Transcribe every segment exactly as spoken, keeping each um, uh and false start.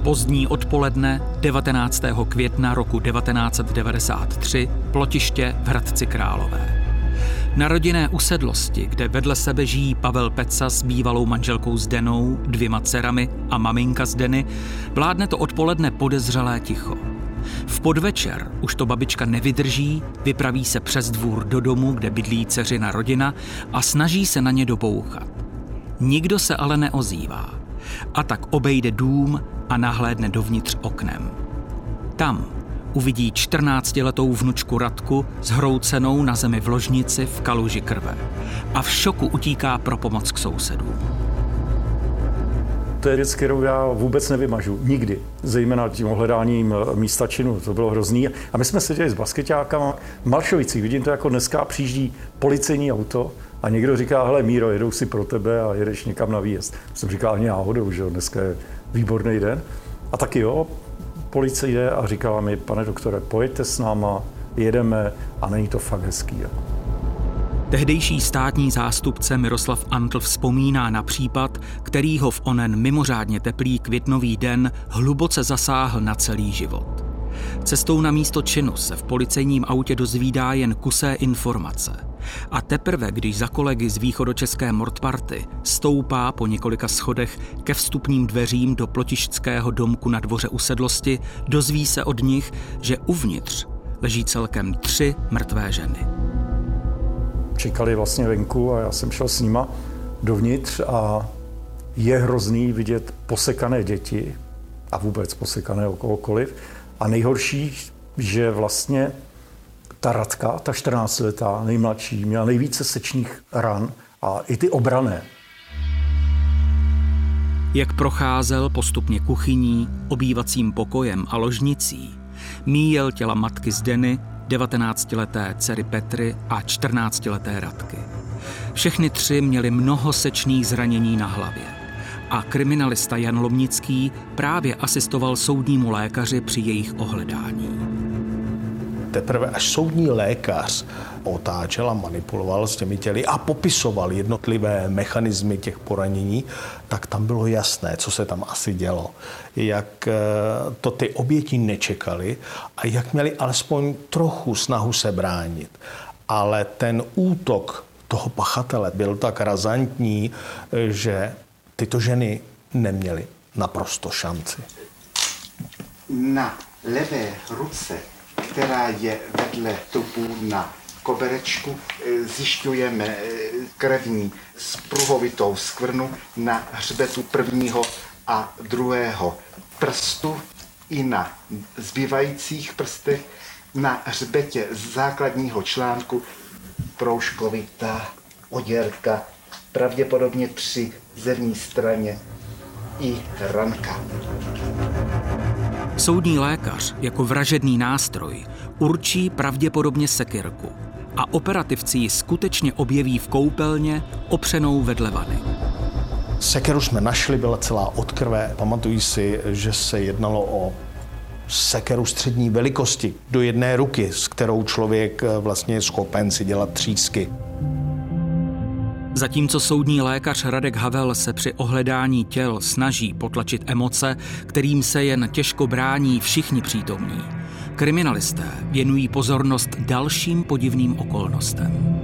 Pozdní odpoledne devatenáctého května roku devatenáct set devadesát tři, Plotiště v Hradci Králové. Na rodinné usedlosti, kde vedle sebe žijí Pavel Peca s bývalou manželkou Zdenou, dvěma dcerami a maminka Zdeny, vládne to odpoledne podezřelé ticho. V podvečer už to babička nevydrží, vypraví se přes dvůr do domu, kde bydlí dceřina rodina a snaží se na ně dobouchat. Nikdo se ale neozývá. A tak obejde dům a nahlédne dovnitř oknem. Tam uvidí čtrnáctiletou vnučku Radku zhroucenou na zemi v ložnici v kaluži krve. A v šoku utíká pro pomoc k sousedům. To je věc, kterou já vůbec nevymažu. Nikdy. Zejména tím ohledáním místa činu. To bylo hrozný. A my jsme seděli s baskeťákama v Malšovicích. Vidím to, jako dneska přijíždí policejní auto a někdo říká, hele Míro, jedou si pro tebe a jedeš někam na výjezd. Jsem říkal, ani náhodou, že jo, dneska je výborný den. A taky jo, policie jde a říkala mi, pane doktore, pojďte s náma, jedeme a není to fakt hezký. Jako. Tehdejší státní zástupce Miroslav Antl vzpomíná na případ, který ho v onen mimořádně teplý květnový den hluboce zasáhl na celý život. Cestou na místo činu se v policejním autě dozvídá jen kusé informace. A teprve, když za kolegy z východočeské Mordparty stoupá po několika schodech ke vstupním dveřím do plotišťského domku na dvoře usedlosti, dozví se od nich, že uvnitř leží celkem tři mrtvé ženy. Čekali vlastně venku a já jsem šel s nima dovnitř a je hrozný vidět posekané děti a vůbec posekané kohokoliv. A nejhorší, že vlastně ta Radka, ta čtrnáctiletá, nejmladší, měla nejvíce sečních ran a i ty obrané. Jak procházel postupně kuchyní, obývacím pokojem a ložnicí, míjel těla matky Zdeny, devatenáctileté dcery Petry a čtrnáctileté Radky. Všechny tři měly mnoho sečných zranění na hlavě. A kriminalista Jan Lomnický právě asistoval soudnímu lékaři při jejich ohledání. Teprve až soudní lékař otáčel a manipuloval s těmi těly a popisoval jednotlivé mechanismy těch poranění, tak tam bylo jasné, co se tam asi dělo. Jak to ty oběti nečekali a jak měli alespoň trochu snahu se bránit. Ale ten útok toho pachatele byl tak razantní, že tyto ženy neměly naprosto šanci. Na levé ruce, která je vedle trupu na koberečku, zjišťujeme krevní spruhovitou skvrnu na hřbetu prvního a druhého prstu i na zbývajících prstech na hřbetě základního článku proužkovitá oděrka, pravděpodobně při zevní straně i ranka. Soudní lékař jako vražedný nástroj určí pravděpodobně sekyrku a operativci ji skutečně objeví v koupelně opřenou vedle vany. Sekeru jsme našli, byla celá od krve. Pamatuji si, že se jednalo o sekeru střední velikosti do jedné ruky, s kterou člověk vlastně je schopen si dělat třísky. Zatímco soudní lékař Radek Havel se při ohledání těl snaží potlačit emoce, kterým se jen těžko brání všichni přítomní, kriminalisté věnují pozornost dalším podivným okolnostem.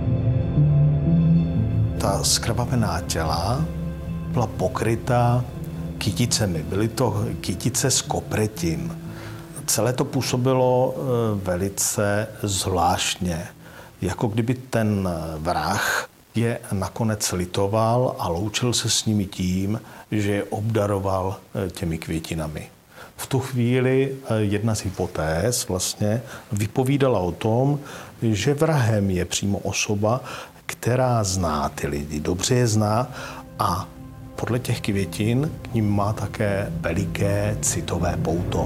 Ta zkrvavená těla byla pokryta kyticemi. Byly to kytice z kopretin. Celé to působilo velice zvláštně, jako kdyby ten vrah je nakonec litoval a loučil se s nimi tím, že je obdaroval těmi květinami. V tu chvíli jedna z hypotéz vlastně vypovídala o tom, že vrahem je přímo osoba, která zná ty lidi, dobře je zná a podle těch květin k nim má také veliké citové pouto.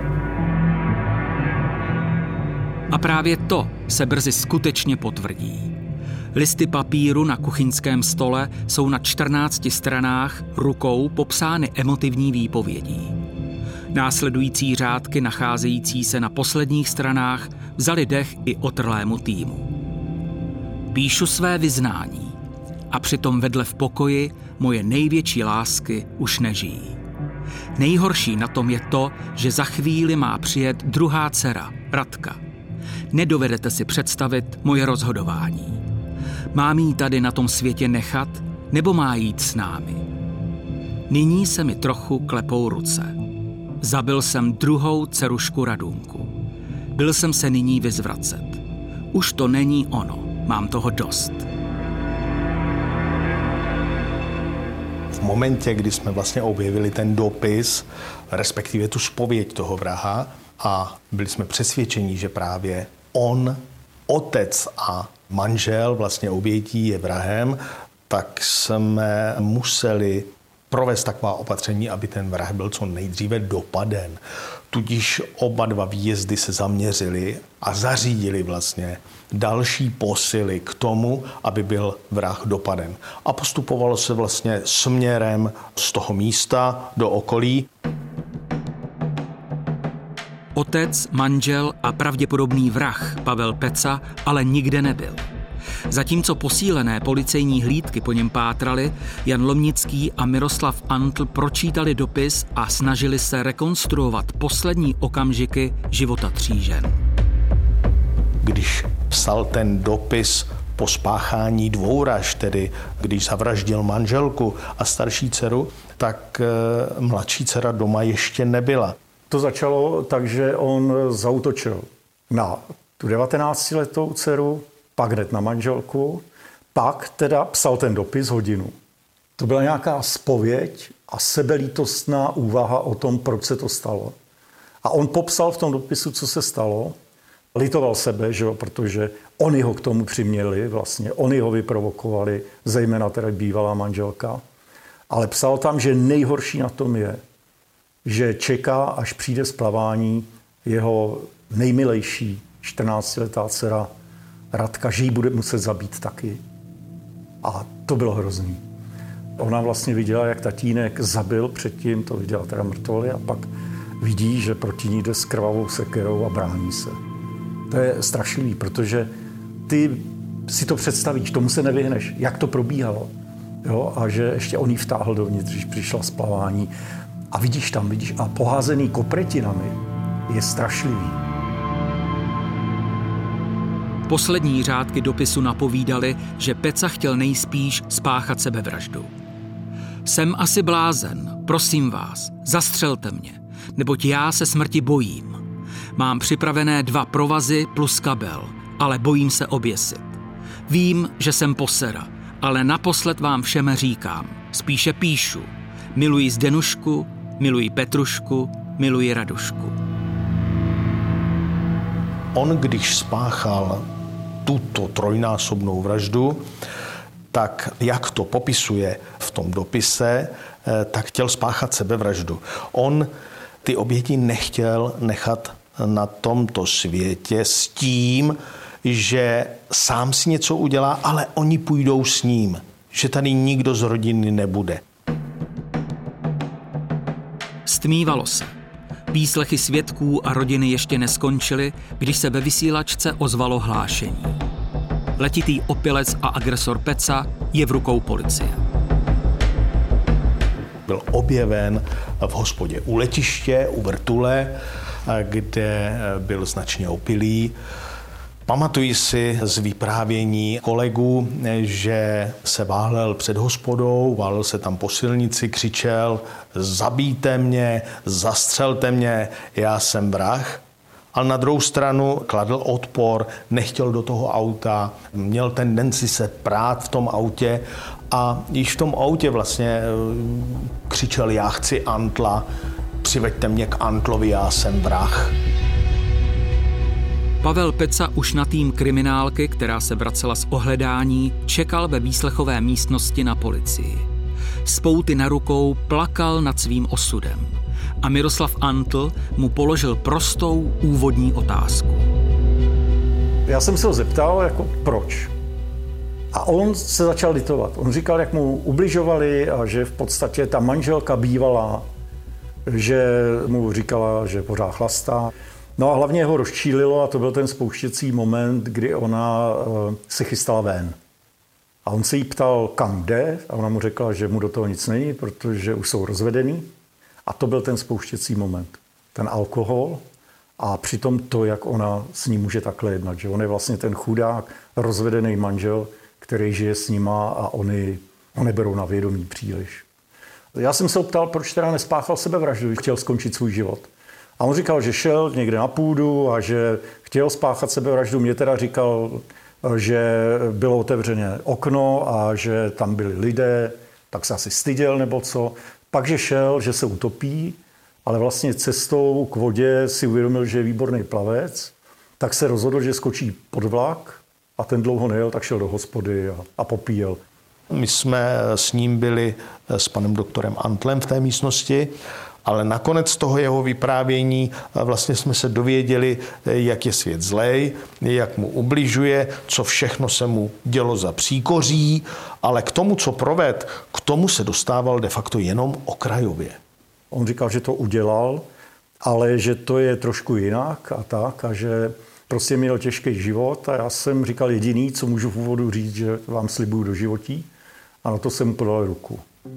A právě to se brzy skutečně potvrdí. Listy papíru na kuchyňském stole jsou na čtrnácti stranách rukou popsány emotivní výpovědí. Následující řádky nacházející se na posledních stranách vzali dech i otrlému týmu. Píšu své vyznání a přitom vedle v pokoji moje největší lásky už nežijí. Nejhorší na tom je to, že za chvíli má přijet druhá dcera, Radka. Nedovedete si představit moje rozhodování. Mám jí tady na tom světě nechat, nebo má jít s námi? Nyní se mi trochu klepou ruce. Zabil jsem druhou dcerušku Radunku. Byl jsem se nyní vyzvracet. Už to není ono, mám toho dost. V momentě, kdy jsme vlastně objevili ten dopis, respektive tu zpověď toho vraha, a byli jsme přesvědčeni, že právě on, otec a manžel vlastně obětí je vrahem, tak jsme museli provést taková opatření, aby ten vrah byl co nejdříve dopaden. Tudíž oba dva výjezdy se zaměřili a zařídili vlastně další posily k tomu, aby byl vrah dopaden. A postupovalo se vlastně směrem z toho místa do okolí. Otec, manžel a pravděpodobný vrah Pavel Peca ale nikde nebyl. Zatímco posílené policejní hlídky po něm pátraly, Jan Lomnický a Miroslav Antl pročítali dopis a snažili se rekonstruovat poslední okamžiky života tří žen. Když psal ten dopis po spáchání dvou vražd, tedy když zavraždil manželku a starší dceru, tak mladší dcera doma ještě nebyla. To začalo tak, že on zaútočil na tu devatenáctiletou dceru, pak hned na manželku, pak teda psal ten dopis hodinu. To byla nějaká zpověď a sebelítostná úvaha o tom, proč se to stalo. A on popsal v tom dopisu, co se stalo. Litoval sebe, že jo, protože oni ho k tomu přiměli, vlastně oni ho vyprovokovali, zejména teda bývalá manželka. Ale psal tam, že nejhorší na tom je, že čeká, až přijde z plavání jeho nejmilejší čtrnáctiletá dcera Radka, že ji bude muset zabít taky. A to bylo hrozný. Ona vlastně viděla, jak tatínek zabil předtím, to viděla teda mrtvoly, a pak vidí, že proti ní jde s krvavou sekerou a brání se. To je strašlivý, protože ty si to představíš, tomu se nevyhneš, jak to probíhalo. Jo? A že ještě on ji vtáhl dovnitř, když přišla z plavání. A vidíš tam, vidíš, a poházený kopretinami je strašlivý. Poslední řádky dopisu napovídaly, že Peca chtěl nejspíš spáchat sebevraždu. Jsem asi blázen, prosím vás, zastřelte mě, neboť já se smrti bojím. Mám připravené dva provazy plus kabel, ale bojím se oběsit. Vím, že jsem posera, ale naposled vám všem říkám, spíše píšu. Miluji Zdenušku, miluji Petrušku, miluji Radušku. On, když spáchal tuto trojnásobnou vraždu, tak jak to popisuje v tom dopise, tak chtěl spáchat sebevraždu. On ty oběti nechtěl nechat na tomto světě s tím, že sám si něco udělá, ale oni půjdou s ním, že tady nikdo z rodiny nebude. Stmívalo se. Výslechy svědků a rodiny ještě neskončily, když se ve vysílačce ozvalo hlášení. Letitý opilec a agresor Peca je v rukou policie. Byl objeven v hospodě u letiště, u vrtule, kde byl značně opilý. Pamatuji si z vyprávění kolegů, že se válel před hospodou, válel se tam po silnici, křičel: zabijte mě, zastřelte mě, já jsem vrah. Ale na druhou stranu kladl odpor, nechtěl do toho auta, měl tendenci se prát v tom autě a již v tom autě vlastně křičel: já chci Antla, přiveďte mě k Antlovi, já jsem vrah. Pavel Peca už na tým kriminálky, která se vracela z ohledání, čekal ve výslechové místnosti na policii. S pouty na rukou plakal nad svým osudem a Miroslav Antl mu položil prostou úvodní otázku. Já jsem se ho zeptal, jako proč. A on se začal litovat. On říkal, jak mu ubližovali a že v podstatě ta manželka bývalá, že mu říkala, že pořád chlastá. No a hlavně ho rozčílilo a to byl ten spouštěcí moment, kdy ona se chystala ven. A on se jí ptal, kam jde, a ona mu řekla, že mu do toho nic není, protože už jsou rozvedený. A to byl ten spouštěcí moment. Ten alkohol a přitom to, jak ona s ním může takhle jednat. Že on je vlastně ten chudák, rozvedený manžel, který žije s nima a oni ho neberou na vědomí příliš. Já jsem se optal, proč teda nespáchal sebevraždu, když chtěl skončit svůj život. A on říkal, že šel někde na půdu a že chtěl spáchat sebevraždu. Mě teda říkal, že bylo otevřené okno a že tam byli lidé, tak se asi styděl nebo co. Pak, že šel, že se utopí, ale vlastně cestou k vodě si uvědomil, že je výborný plavec, tak se rozhodl, že skočí pod vlak a ten dlouho nejel, tak šel do hospody a, a popíjel. My jsme s ním byli s panem doktorem Antlem v té místnosti, ale nakonec toho jeho vyprávění vlastně jsme se dověděli, jak je svět zlej, jak mu ubližuje, co všechno se mu dělo za příkoří, ale k tomu, co proved, k tomu se dostával de facto jenom okrajově. On říkal, že to udělal, ale že to je trošku jinak a tak a že prostě měl těžký život a já jsem říkal jediný, co můžu v úvodu říct, že vám slibuju do životí a na to jsem mu podal ruku.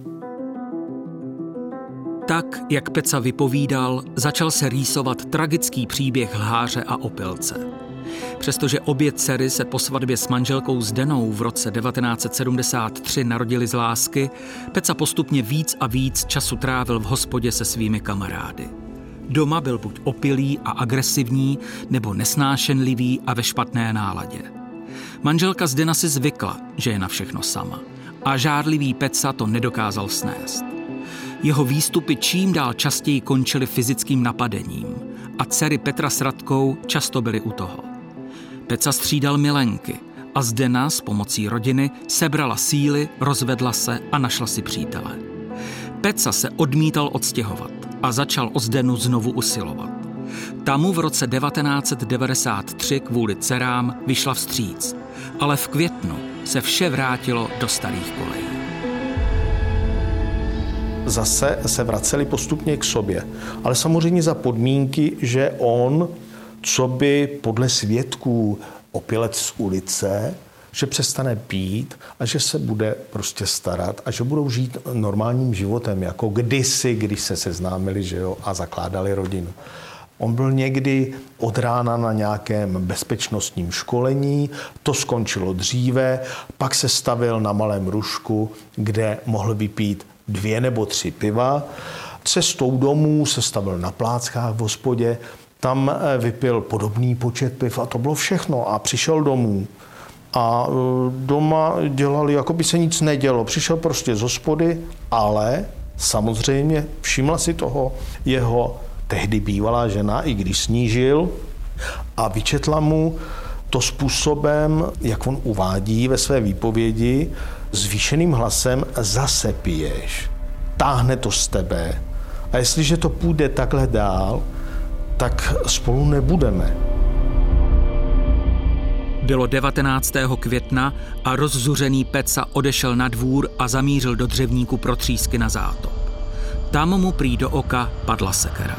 Tak, jak Peca vypovídal, začal se rýsovat tragický příběh lháře a opilce. Přestože obě dcery se po svatbě s manželkou Zdenou v roce devatenáct set sedmdesát tři narodily z lásky, Peca postupně víc a víc času trávil v hospodě se svými kamarády. Doma byl buď opilý a agresivní, nebo nesnášenlivý a ve špatné náladě. Manželka Zdena si zvykla, že je na všechno sama. A žárlivý Peca to nedokázal snést. Jeho výstupy čím dál častěji končily fyzickým napadením a dcery Petra s Radkou často byly u toho. Peca střídal milenky a Zdena s pomocí rodiny sebrala síly, rozvedla se a našla si přítele. Peca se odmítal odstěhovat a začal o Zdenu znovu usilovat. Ta mu v roce devatenáct set devadesát tři kvůli dcerám vyšla vstříc, ale v květnu se vše vrátilo do starých kolejí. Zase se vraceli postupně k sobě, ale samozřejmě za podmínky, že on, co by podle svědků opilec z ulice, že přestane pít a že se bude prostě starat a že budou žít normálním životem, jako kdysi, když se seznámili, že jo, a zakládali rodinu. On byl někdy od rána na nějakém bezpečnostním školení, to skončilo dříve, pak se stavil na Malém Rušku, kde mohl vypít dvě nebo tři piva. Cestou domů se stavil na pláckách v hospodě, tam vypil podobný počet piv a to bylo všechno. A přišel domů a doma dělali, jako by se nic nedělo. Přišel prostě z hospody, ale samozřejmě všimla si toho jeho tehdy bývalá žena, i když snížil, a vyčetla mu to způsobem, jak on uvádí ve své výpovědi, zvýšeným hlasem: zase piješ, táhne to z tebe a jestliže to půjde takhle dál, tak spolu nebudeme. Bylo devatenáctého května a rozzuřený Peca odešel na dvůr a zamířil do dřevníku pro třísky na zátop. Tam mu prý do oka padla sekera.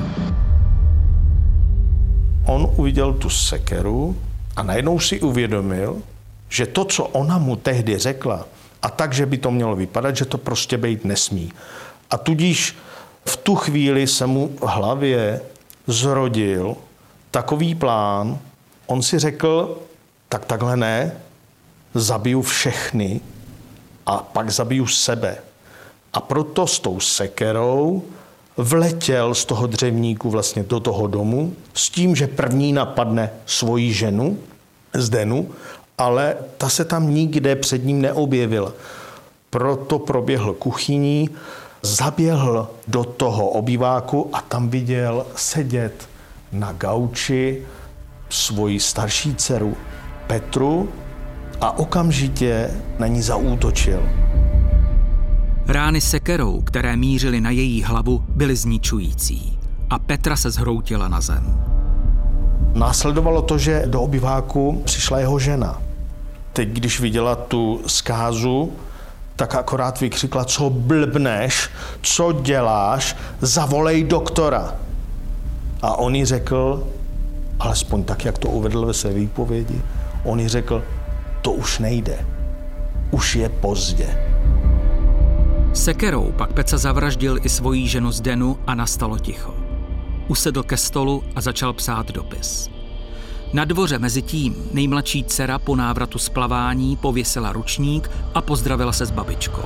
On uviděl tu sekeru a najednou si uvědomil, že to, co ona mu tehdy řekla, a tak, že by to mělo vypadat, že to prostě být nesmí. A tudíž v tu chvíli se mu v hlavě zrodil takový plán. On si řekl, tak takhle ne, zabiju všechny a pak zabiju sebe. A proto s tou sekerou vletěl z toho dřevníku vlastně do toho domu s tím, že první napadne svoji ženu, Zdenu, ale ta se tam nikde před ním neobjevila. Proto proběhl kuchyní, zaběhl do toho obýváku a tam viděl sedět na gauči svoji starší dceru Petru a okamžitě na ní zaútočil. Rány sekerou, které mířily na její hlavu, byly zničující a Petra se zhroutila na zem. Následovalo to, že do obýváku přišla jeho žena. Teď, když viděla tu zkázu, tak akorát vykřikla: co blbneš, co děláš, zavolej doktora. A on jí řekl, alespoň tak, jak to uvedl ve své výpovědi, on jí řekl: to už nejde, už je pozdě. Sekerou pak Peca zavraždil i svoji ženu Zdenu a nastalo ticho. Usedl ke stolu a začal psát dopis. Na dvoře mezi tím nejmladší dcera po návratu z plavání pověsila ručník a pozdravila se s babičkou.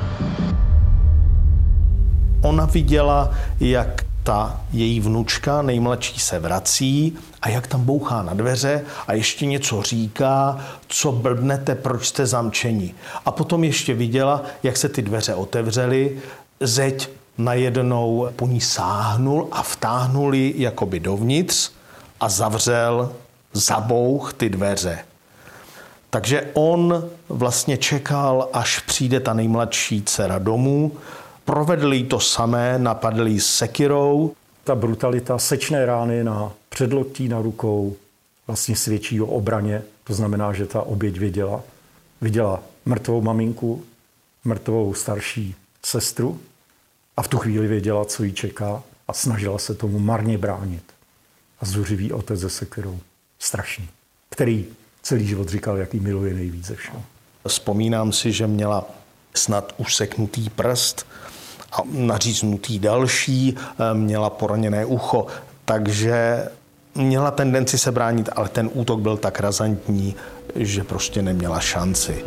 Ona viděla, jak ta její vnučka nejmladší se vrací a jak tam bouchá na dveře a ještě něco říká, co blbnete, proč jste zamčeni. A potom ještě viděla, jak se ty dveře otevřely, zeď najednou po ní sáhnul a vtáhnul ji jakoby dovnitř a zavřel, zabouch ty dveře. Takže on vlastně čekal, až přijde ta nejmladší dcera domů, provedl jí to samé, napadl jí sekirou. Ta brutalita, sečné rány na předloktí, na rukou, vlastně svědčí o obraně. To znamená, že ta oběť viděla. Viděla mrtvou maminku, mrtvou starší sestru a v tu chvíli věděla, co jí čeká a snažila se tomu marně bránit. A zuřivý otec se sekirou. Strašný. Který celý život říkal, jaký miluje nejvíc ze všeho. Vzpomínám si, že měla snad useknutý prst a naříznutý další, měla poraněné ucho, takže měla tendenci se bránit, ale ten útok byl tak razantní, že prostě neměla šanci.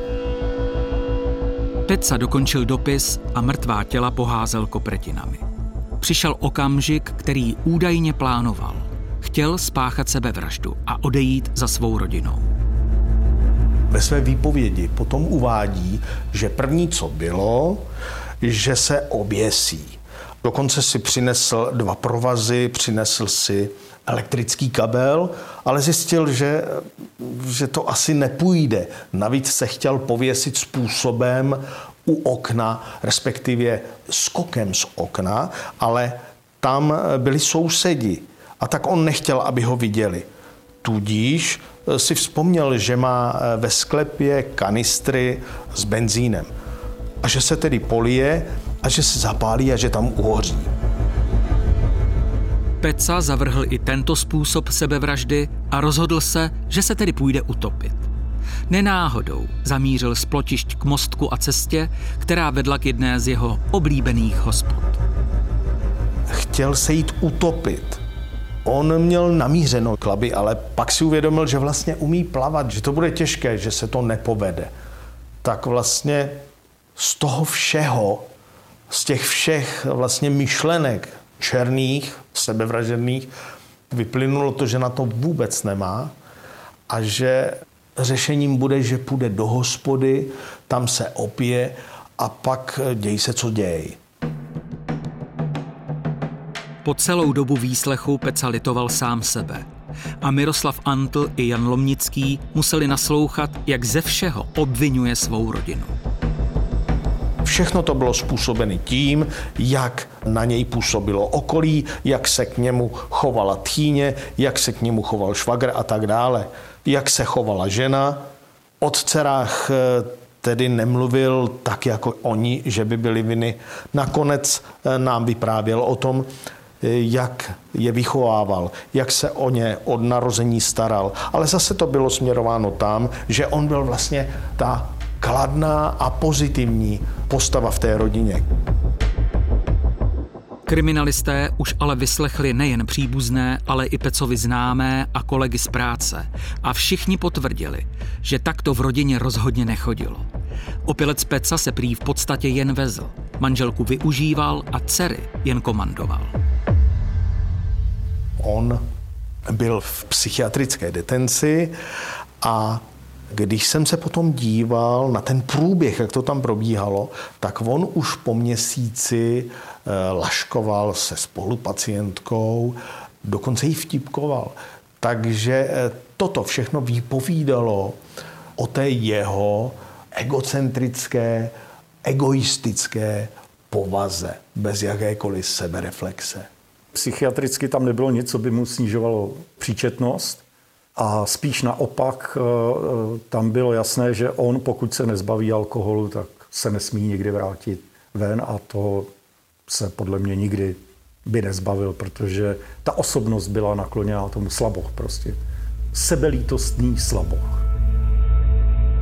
Peca dokončil dopis a mrtvá těla poházel kopretinami. Přišel okamžik, který údajně plánoval. Chtěl spáchat sebevraždu a odejít za svou rodinou. Ve své výpovědi potom uvádí, že první, co bylo, že se oběsí. Dokonce si přinesl dva provazy, přinesl si elektrický kabel, ale zjistil, že, že to asi nepůjde. Navíc se chtěl pověsit způsobem u okna, respektive skokem z okna, ale tam byli sousedi a tak on nechtěl, aby ho viděli. Tudíž si vzpomněl, že má ve sklepě kanistry s benzínem a že se tedy polije a že se zapálí a že tam uhoří. Peca zavrhl i tento způsob sebevraždy a rozhodl se, že se tedy půjde utopit. Nenáhodou zamířil z Plotišť k mostku a cestě, která vedla k jedné z jeho oblíbených hospod. Chtěl se jít utopit. On měl namířeno k Labi, ale pak si uvědomil, že vlastně umí plavat, že to bude těžké, že se to nepovede. Tak vlastně z toho všeho, z těch všech vlastně myšlenek černých, sebevražedných, vyplynulo to, že na to vůbec nemá a že řešením bude, že půjde do hospody, tam se opije a pak děj se, co děj. Po celou dobu výslechu Peca litoval sám sebe. A Miroslav Antl i Jan Lomnický museli naslouchat, jak ze všeho obvinuje svou rodinu. Všechno to bylo způsobeno tím, jak na něj působilo okolí, jak se k němu chovala tchýně, jak se k němu choval švagr a tak dále. Jak se chovala žena. O dcerách tedy nemluvil tak jako oni, že by byli viny. Nakonec nám vyprávěl o tom, jak je vychovával, jak se o ně od narození staral. Ale zase to bylo směrováno tam, že on byl vlastně ta kladná a pozitivní postava v té rodině. Kriminalisté už ale vyslechli nejen příbuzné, ale i Pecovi známé a kolegy z práce. A všichni potvrdili, že takto v rodině rozhodně nechodilo. Opilec Peca se prý v podstatě jen vezl. Manželku využíval a dcery jen komandoval. On byl v psychiatrické detenci a když jsem se potom díval na ten průběh, jak to tam probíhalo, tak on už po měsíci laškoval se spolupacientkou, dokonce ji vtipkoval. Takže toto všechno vypovídalo o té jeho egocentrické, egoistické povaze, bez jakékoliv sebereflexe. Psychiatricky tam nebylo nic, co by mu snižovalo příčetnost a spíš naopak tam bylo jasné, že on, pokud se nezbaví alkoholu, tak se nesmí nikdy vrátit ven a to se podle mě nikdy by nezbavil, protože ta osobnost byla nakloněná tomu slaboch prostě. Sebelítostný slaboch.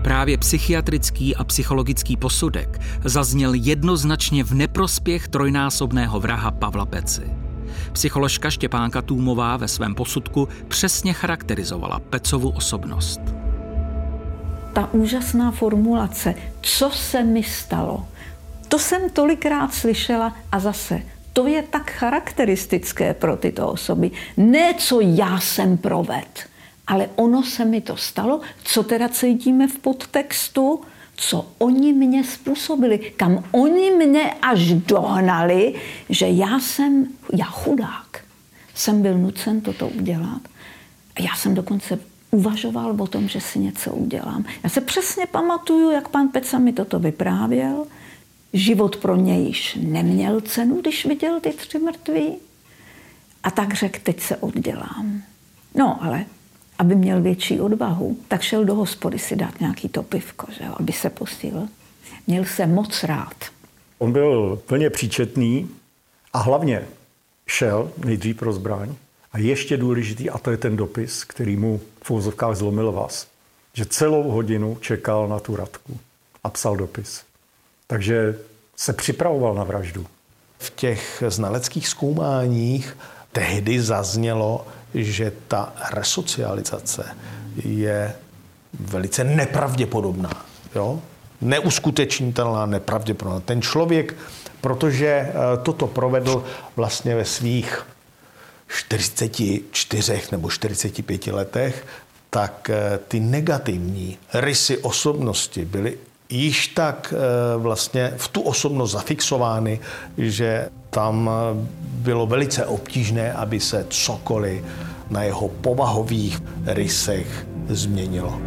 Právě psychiatrický a psychologický posudek zazněl jednoznačně v neprospěch trojnásobného vraha Pavla Pecy. Psycholožka Štěpánka Tůmová ve svém posudku přesně charakterizovala Pecovu osobnost. Ta úžasná formulace, co se mi stalo, to jsem tolikrát slyšela a zase, to je tak charakteristické pro tyto osoby. Ne, co já jsem provedl, ale ono se mi to stalo, co teda cítíme v podtextu, co oni mě způsobili, kam oni mě až dohnali, že já jsem, já chudák, jsem byl nucen toto udělat. A já jsem dokonce uvažoval o tom, že si něco udělám. Já se přesně pamatuju, jak pan Peca mi toto vyprávěl. Život pro něj již neměl cenu, když viděl ty tři mrtví. A tak řekl, teď se oddělám. No, ale aby měl větší odvahu, tak šel do hospody si dát nějaký to pivko, že jo, aby se postil. Měl se moc rád. On byl plně příčetný a hlavně šel nejdřív pro zbraň. A ještě důležitý, a to je ten dopis, který mu v uvozovkách zlomil vás, že celou hodinu čekal na tu Radku a psal dopis. Takže se připravoval na vraždu. V těch znaleckých zkoumáních tehdy zaznělo, že ta resocializace je velice nepravděpodobná. Jo? Neuskutečnitelná, nepravděpodobná. Ten člověk, protože toto provedl vlastně ve svých čtyřiceti čtyřech nebo čtyřiceti pěti letech, tak ty negativní rysy osobnosti byly již tak vlastně v tu osobnost zafixovány, že tam bylo velice obtížné, aby se cokoliv na jeho povahových rysech změnilo.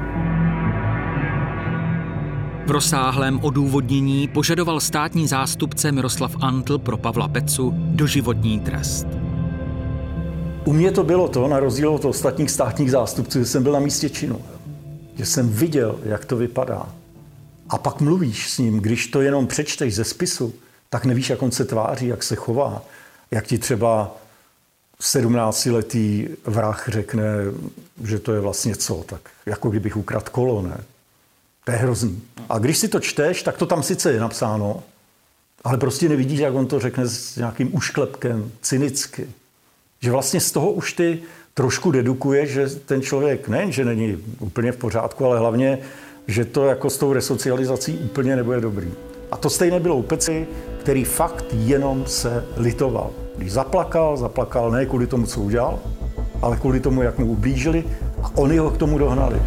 V rozsáhlém odůvodnění požadoval státní zástupce Miroslav Antl pro Pavla Pecu doživotní trest. U mě to bylo to, na rozdíl od ostatních státních zástupců, že jsem byl na místě činu. Že jsem viděl, jak to vypadá. A pak mluvíš s ním, když to jenom přečteš ze spisu, tak nevíš, jak on se tváří, jak se chová. Jak ti třeba sedmnáctiletý vrah řekne, že to je vlastně co, tak jako kdybych ukradl kolo, ne? To je hrozný. A když si to čteš, tak to tam sice je napsáno, ale prostě nevidíš, jak on to řekne s nějakým ušklepkem, cynicky. Že vlastně z toho už ty trošku dedukuješ, že ten člověk nejen, že není úplně v pořádku, ale hlavně, že to jako s tou resocializací úplně nebude dobrý. A to stejné bylo u Peci, který fakt jenom se litoval. Když zaplakal, zaplakal ne kvůli tomu, co udělal, ale kvůli tomu, jak mu ublížili a oni ho k tomu dohnali.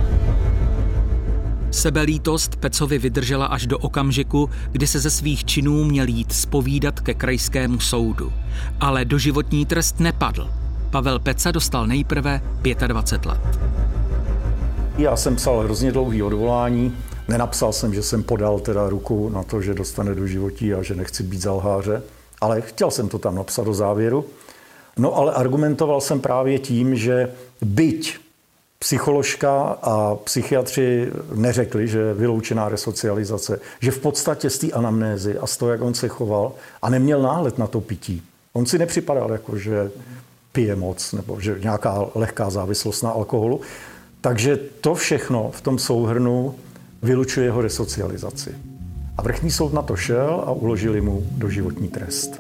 Sebelítost Pecovi vydržela až do okamžiku, kdy se ze svých činů měl jít zpovídat ke krajskému soudu. Ale doživotní trest nepadl. Pavel Peca dostal nejprve dvacet pět let. Já jsem psal hrozně dlouhý odvolání. Nenapsal jsem, že jsem podal teda ruku na to, že dostane doživotí a že nechci být za lháře, ale chtěl jsem to tam napsat do závěru. No ale argumentoval jsem právě tím, že byť psycholožka a psychiatři neřekli, že je vyloučená resocializace, že v podstatě z té anamnézy a z toho, jak on se choval a neměl náhled na to pití. On si nepřipadal jako, že pije moc nebo že nějaká lehká závislost na alkoholu. Takže to všechno v tom souhrnu vylučuje jeho resocializaci. A vrchní soud na to šel a uložili mu doživotní trest.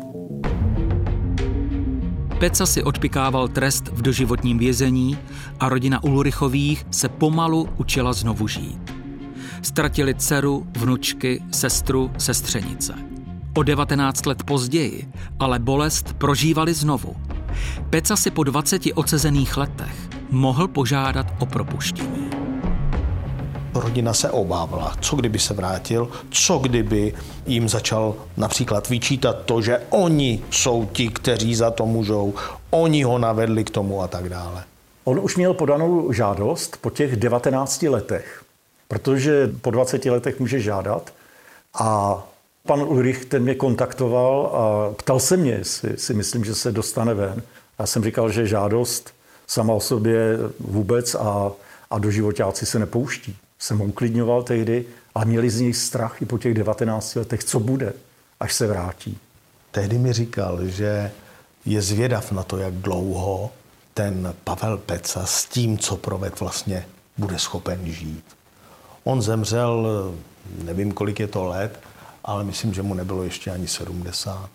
Peca si odpikával trest v doživotním vězení a rodina Ulrichových se pomalu učila znovu žít. Ztratili dceru, vnučky, sestru, sestřenice. O devatenáct let později ale bolest prožívali znovu. Peca si po dvaceti odsezených letech mohl požádat o propuštění. Rodina se obávala, co kdyby se vrátil, co kdyby jim začal například vyčítat to, že oni jsou ti, kteří za to můžou, oni ho navedli k tomu a tak dále. On už měl podanou žádost po těch devatenácti letech, protože po dvaceti letech může žádat a pan Ulrich ten mě kontaktoval a ptal se mě, jestli si myslím, že se dostane ven. Já jsem říkal, že žádost sama o sobě vůbec a, a doživoťáci se nepouští. Jsem ho uklidňoval tehdy, ale měli z něj strach i po těch devatenácti letech, co bude, až se vrátí. Tehdy mi říkal, že je zvědav na to, jak dlouho ten Pavel Peca s tím, co proved, vlastně bude schopen žít. On zemřel, nevím, kolik je to let, ale myslím, že mu nebylo ještě ani sedmdesát.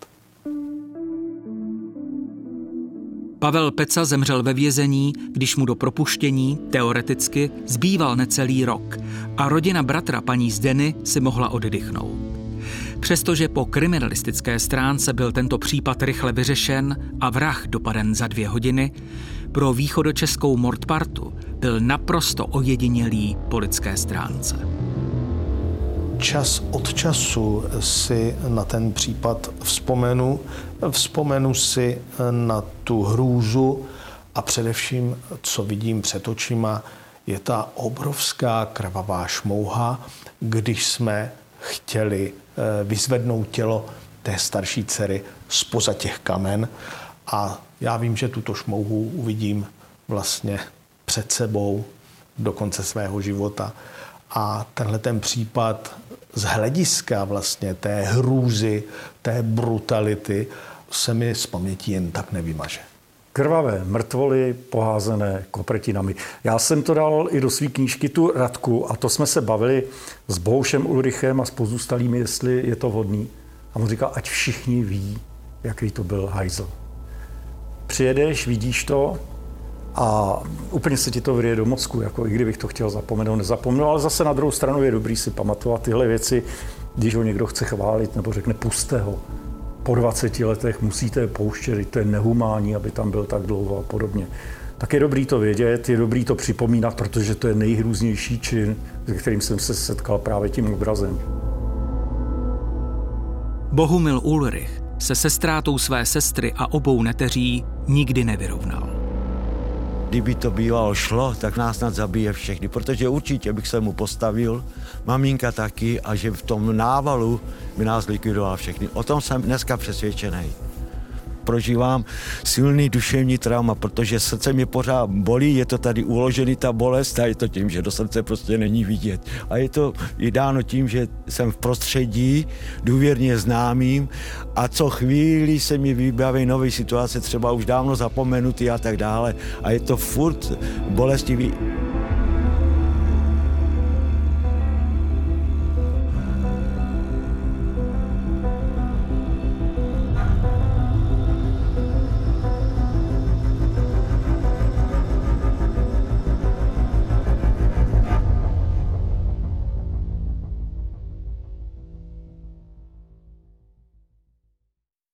Pavel Peca zemřel ve vězení, když mu do propuštění, teoreticky, zbýval necelý rok a rodina bratra paní Zdeny si mohla oddychnout. Přestože po kriminalistické stránce byl tento případ rychle vyřešen a vrah dopaden za dvě hodiny, pro východočeskou Mordpartu byl naprosto ojedinělý po lidské stránce. Čas od času si na ten případ vzpomenu, vzpomenu si na tu hrůzu a především, co vidím před očima, je ta obrovská krvavá šmouha, když jsme chtěli vyzvednout tělo té starší dcery zpoza těch kamen. A já vím, že tuto šmouhu uvidím vlastně před sebou do konce svého života. A tenhle ten případ z hlediska vlastně té hrůzy, té brutality se mi z paměti jen tak nevymaže. Krvavé mrtvoly poházené kopretinami. Já jsem to dal i do své knížky, tu Radku, a to jsme se bavili s Bohušem Ulrichem a s pozůstalými, jestli je to vhodný. A on říkal, ať všichni ví, jaký to byl hajzl. Přijedeš, vidíš to a úplně se ti to vyryje do mozku, jako i kdybych to chtěl zapomenout, nezapomenu, ale zase na druhou stranu je dobrý si pamatovat tyhle věci, když ho někdo chce chválit nebo řekne puste ho. Po dvaceti letech musíte pouštět, to je nehumánní, aby tam byl tak dlouho a podobně. Tak je dobrý to vědět, je dobrý to připomínat, protože to je nejhrůznější čin, se kterým jsem se setkal právě tím obrazem. Bohumil Ulrich se se ztrátou své sestry a obou neteří nikdy nevyrovnal. Kdyby to bývalo šlo, tak nás snad zabije všechny, protože určitě bych se mu postavil, maminka taky, a že v tom návalu by nás likvidoval všechny. O tom jsem dneska přesvědčený. Prožívám silný duševní trauma, protože srdce mě pořád bolí, je to tady uložený ta bolest a je to tím, že do srdce prostě není vidět. A je to i dáno tím, že jsem v prostředí důvěrně známým a co chvíli se mi vybaví nové situace, třeba už dávno zapomenutý a tak dále. A je to furt bolestivý.